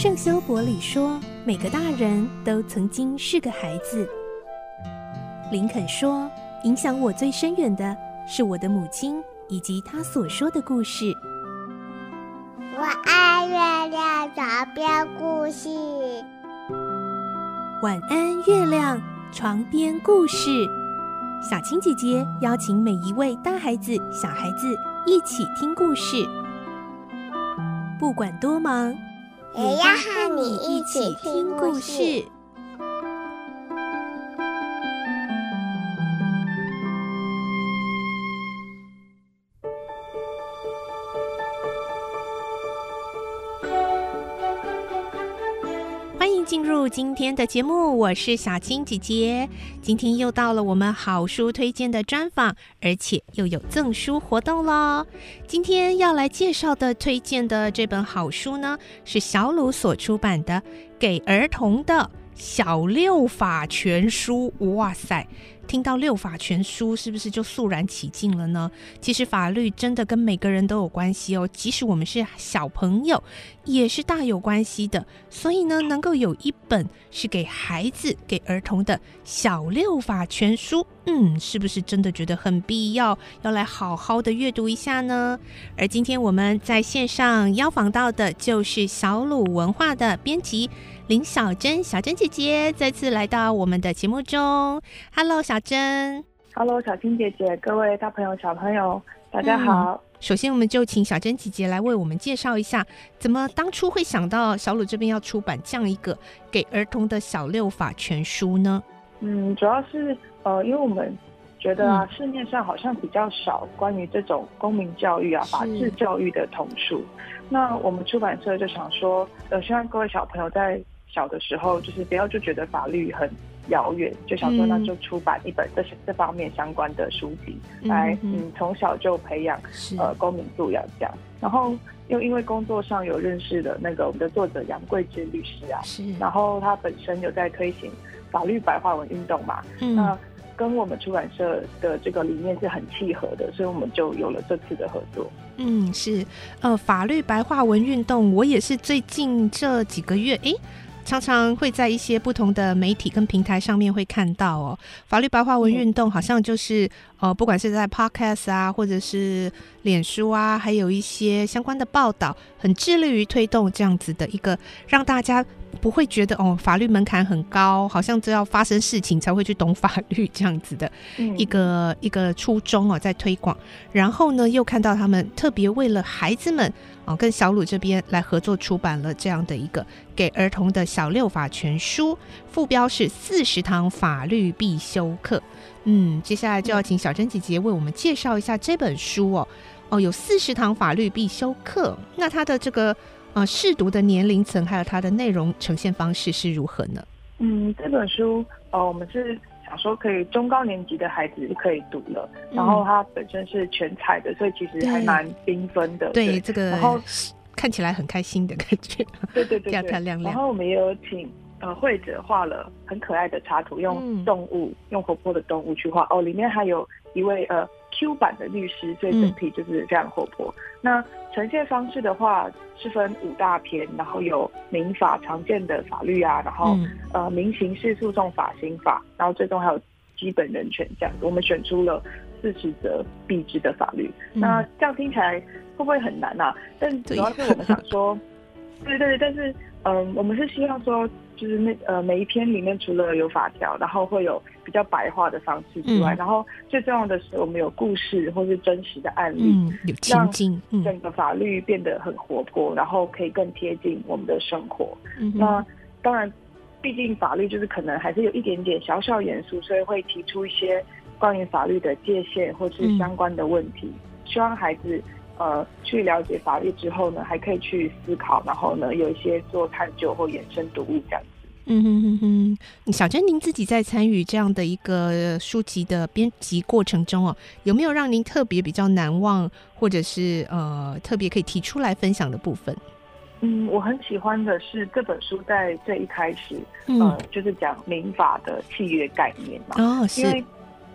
圣修伯里说，每个大人都曾经是个孩子。林肯说，影响我最深远的是我的母亲以及她所说的故事。 我爱月亮床边故事。 晚安，月亮床边故事。小青姐姐邀请每一位大孩子、小孩子一起听故事，不管多忙， 也要和你一起听故事。 欢迎进入今天的节目，我是小青姐姐。今天又到了我们好书推荐的专访，而且又有赠书活动咯。今天要来介绍的推荐的这本好书呢，是小鲁所出版的《给儿童的小六法全书》。哇塞，听到六法全书是不是就肃然起敬了呢？其实法律真的跟每个人都有关系哦，即使我们是小朋友也是大有关系的。所以呢，能够有一本是给孩子给儿童的小六法全书，是不是真的觉得很必要，要来好好的阅读一下呢？而今天我们在线上邀访到的就是小鲁文化的编辑林小珍，小珍姐姐再次来到我们的节目中。 Hello 小珍。 Hello 小青姐姐，各位大朋友小朋友大家好。 首先我们就请小珍姐姐来为我们介绍一下，怎么当初会想到小鲁这边要出版这样一个给儿童的小六法全书呢？ 主要是因为我们觉得市面上好像比较少关于这种公民教育法治教育的童书。那我们出版社就想说希望各位小朋友在小的时候就是不要就觉得法律很遥远，就想说那就出版一本这方面相关的书籍，来从小就培养公民素养这样。然后又因为工作上有认识的那个我们的作者杨贵枝律师然后他本身有在推行法律白话文运动嘛，那跟我们出版社的这个理念是很契合的，所以我们就有了这次的合作。 是法律白话文运动，我也是最近这几个月常常会在一些不同的媒体跟平台上面会看到哦。法律白话文运动好像就是不管是在 podcast 或者是脸书还有一些相关的报道，很致力于推动这样子的一个让大家不会觉得法律门槛很高，好像只要发生事情才会去懂法律这样子的一个初衷在推广。然后呢，又看到他们特别为了孩子们跟小鲁这边来合作出版了这样的一个给儿童的小六法全书，副标是40堂法律必修课。接下来就要请小珍姐姐为我们介绍一下这本书有40堂法律必修课，那它的这个适读的年龄层还有它的内容呈现方式是如何呢？ 这本书我们是想说可以中高年级的孩子就可以读了，然后它本身是全彩的，所以其实还蛮缤纷的。 对，这个然后看起来很开心的感觉。对，漂漂亮亮。 然后我们也有请绘者画了很可爱的插图，用动物用活泼的动物去画里面还有一位Q 版的律师，所以整体就是非常活泼。那呈现方式的话是分5大篇，然后有民法常见的法律然后民刑事诉讼法、刑法，然后最终还有基本人权这样子。我们选出了40则必知的法律。那这样听起来会不会很难但主要是我们想说对，但是我们是希望说就是每一篇里面除了有法条，然后会有比较白话的方式之外，然后最重要的是我们有故事或是真实的案例， 有情境， 让整个法律变得很活泼，然后可以更贴近我们的生活。那当然毕竟法律就是可能还是有一点点小小严肃，所以会提出一些关于法律的界限或是相关的问题，希望孩子去了解法律之后呢，还可以去思考，然后呢有一些做探究或衍生读物这样子。 小珍，您自己在参与这样的一个书籍的编辑过程中有没有让您特别比较难忘，或者是特别可以提出来分享的部分？ 我很喜欢的是这本书在最一开始就是讲民法的契约概念嘛。因为其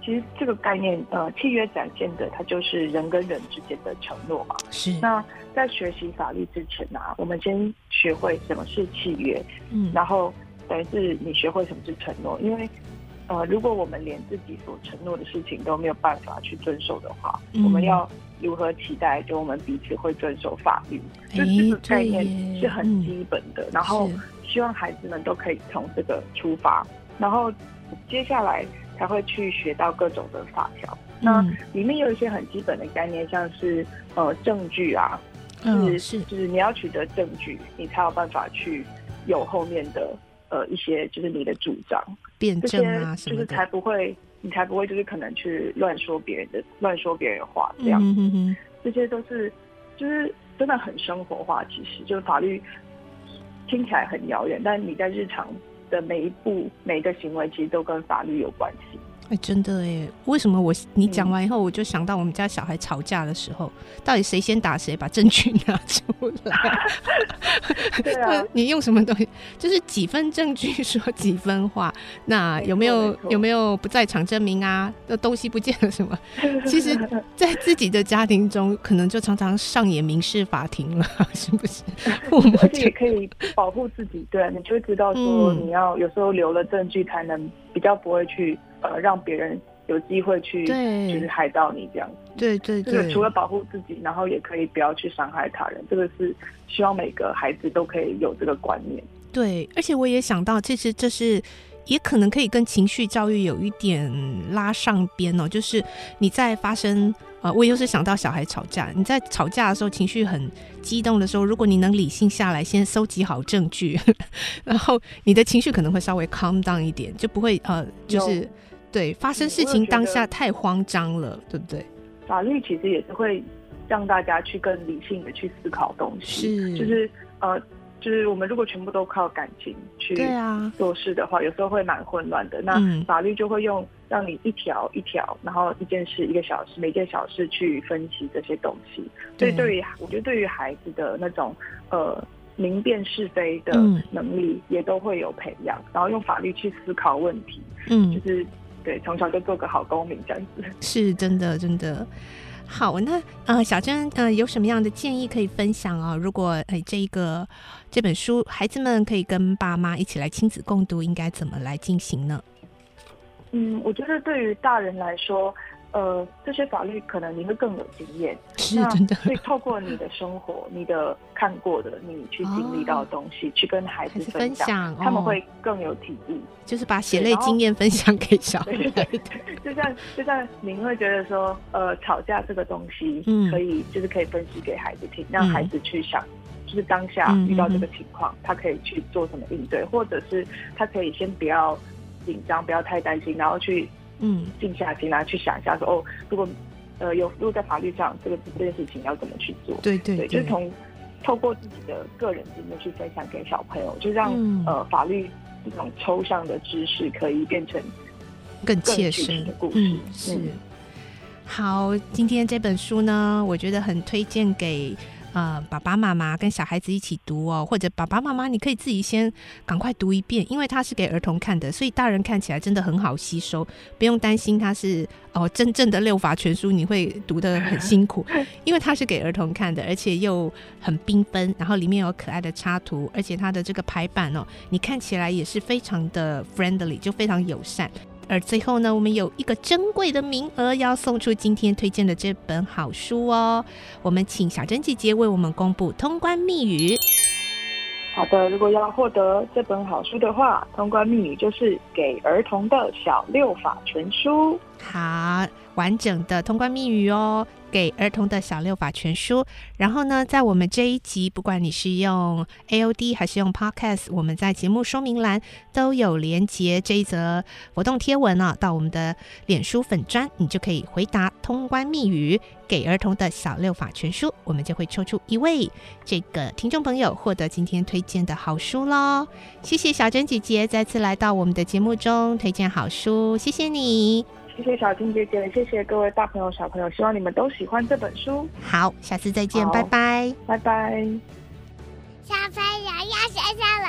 其实这个概念，契约展现的它就是人跟人之间的承诺嘛。 是。 那在学习法律之前啊，我们先学会什么是契约，然后等于是你学会什么是承诺。因为如果我们连自己所承诺的事情都没有办法去遵守的话，我们要如何期待就我们彼此会遵守法律？就这个概念是很基本的。然后希望孩子们都可以从这个出发，然后接下来才会去学到各种的法条。那里面有一些很基本的概念，像是证据啊，就是你要取得证据，你才有办法去有后面的一些就是你的主张、 辩证啊什么的， 就是你才不会就是可能去乱说别人的话这样。这些都是就是真的很生活化。其实就是法律听起来很遥远，但你在日常的每一步每一个行为其实都跟法律有关系。 真的耶，为什么你讲完以后我就想到我们家小孩吵架的时候，到底谁先打谁，把证据拿出来。对啊，你用什么东西，就是几分证据说几分话，那有没有不在场证明啊，那东西不见了什么。其实在自己的家庭中可能就常常上演民事法庭了，是不是？ 而且也可以保护自己。对，你就会知道说你要有时候留了证据，才能比较不会去让别人有机会去就是害到你这样子。对，这个除了保护自己，然后也可以不要去伤害他人。这个是希望每个孩子都可以有这个观念。 对，而且我也想到，其实这是也可能可以跟情绪教育有一点拉上边哦。就是你在发生我又是想到小孩吵架，你在吵架的时候情绪很激动的时候，如果你能理性下来，先收集好证据，然后你的情绪可能会稍微 calm down 一点，就不会就是对发生事情当下太慌张了，对不对？ 法律其实也是会让大家去更理性的去思考东西，就是我们如果全部都靠感情去做事的话，有时候会蛮混乱的。那法律就会让你一条一条，然后一件事一个小时，每件小事去分析这些东西。所以我觉得对于孩子的那种明辨是非的能力也都会有培养，然后用法律去思考问题。就是对，从小就做个好公民这样子。是真的真的。好，那小珍有什么样的建议可以分享哦？如果这本书孩子们可以跟爸妈一起来亲子共读，应该怎么来进行呢？ 我觉得对于大人来说，这些法律可能你会更有经验， 是真的。 所以透过你的生活、你的看过的、你去经历到的东西，去跟孩子分享，他们会更有体悟。就是把血泪经验分享给小孩。对，就像您会觉得说，吵架这个东西可以分析给孩子听，让孩子去想，就是当下遇到这个情况，他可以去做什么应对，或者是他可以先不要紧张，不要太担心，然后去静下心来去想一下说，如果在法律上这件事情要怎么去做。对，就是透过自己的个人经验去分享给小朋友，就让法律这种抽象的知识可以变成更切身的故事。是。好，今天这本书呢，我觉得很推荐给爸爸妈妈跟小孩子一起读哦，或者爸爸妈妈你可以自己先赶快读一遍，因为它是给儿童看的，所以大人看起来真的很好吸收，不用担心它是真正的6法全书你会读得很辛苦，因为它是给儿童看的，而且又很缤纷，然后里面有可爱的插图，而且它的这个排版你看起来也是非常的 friendly， 就非常友善。而最后呢，我们有一个珍贵的名额要送出今天推荐的这本好书哦，我们请小珍姐姐为我们公布通关密语。好的，如果要获得这本好书的话，通关密语就是给儿童的小6法全书。好，完整的通关密语哦，给儿童的小6法全书。然后呢，在我们这一集，不管你是用 AOD 还是用 Podcast， 我们在节目说明栏都有连结这一则活动贴文到我们的脸书粉专，你就可以回答通关密语给儿童的小6法全书，我们就会抽出一位这个听众朋友获得今天推荐的好书咯。谢谢小珍姐姐再次来到我们的节目中推荐好书，谢谢你。谢谢小金姐姐，谢谢各位大朋友小朋友，希望你们都喜欢这本书。好，下次再见，拜拜，拜拜。小朋友要睡觉了。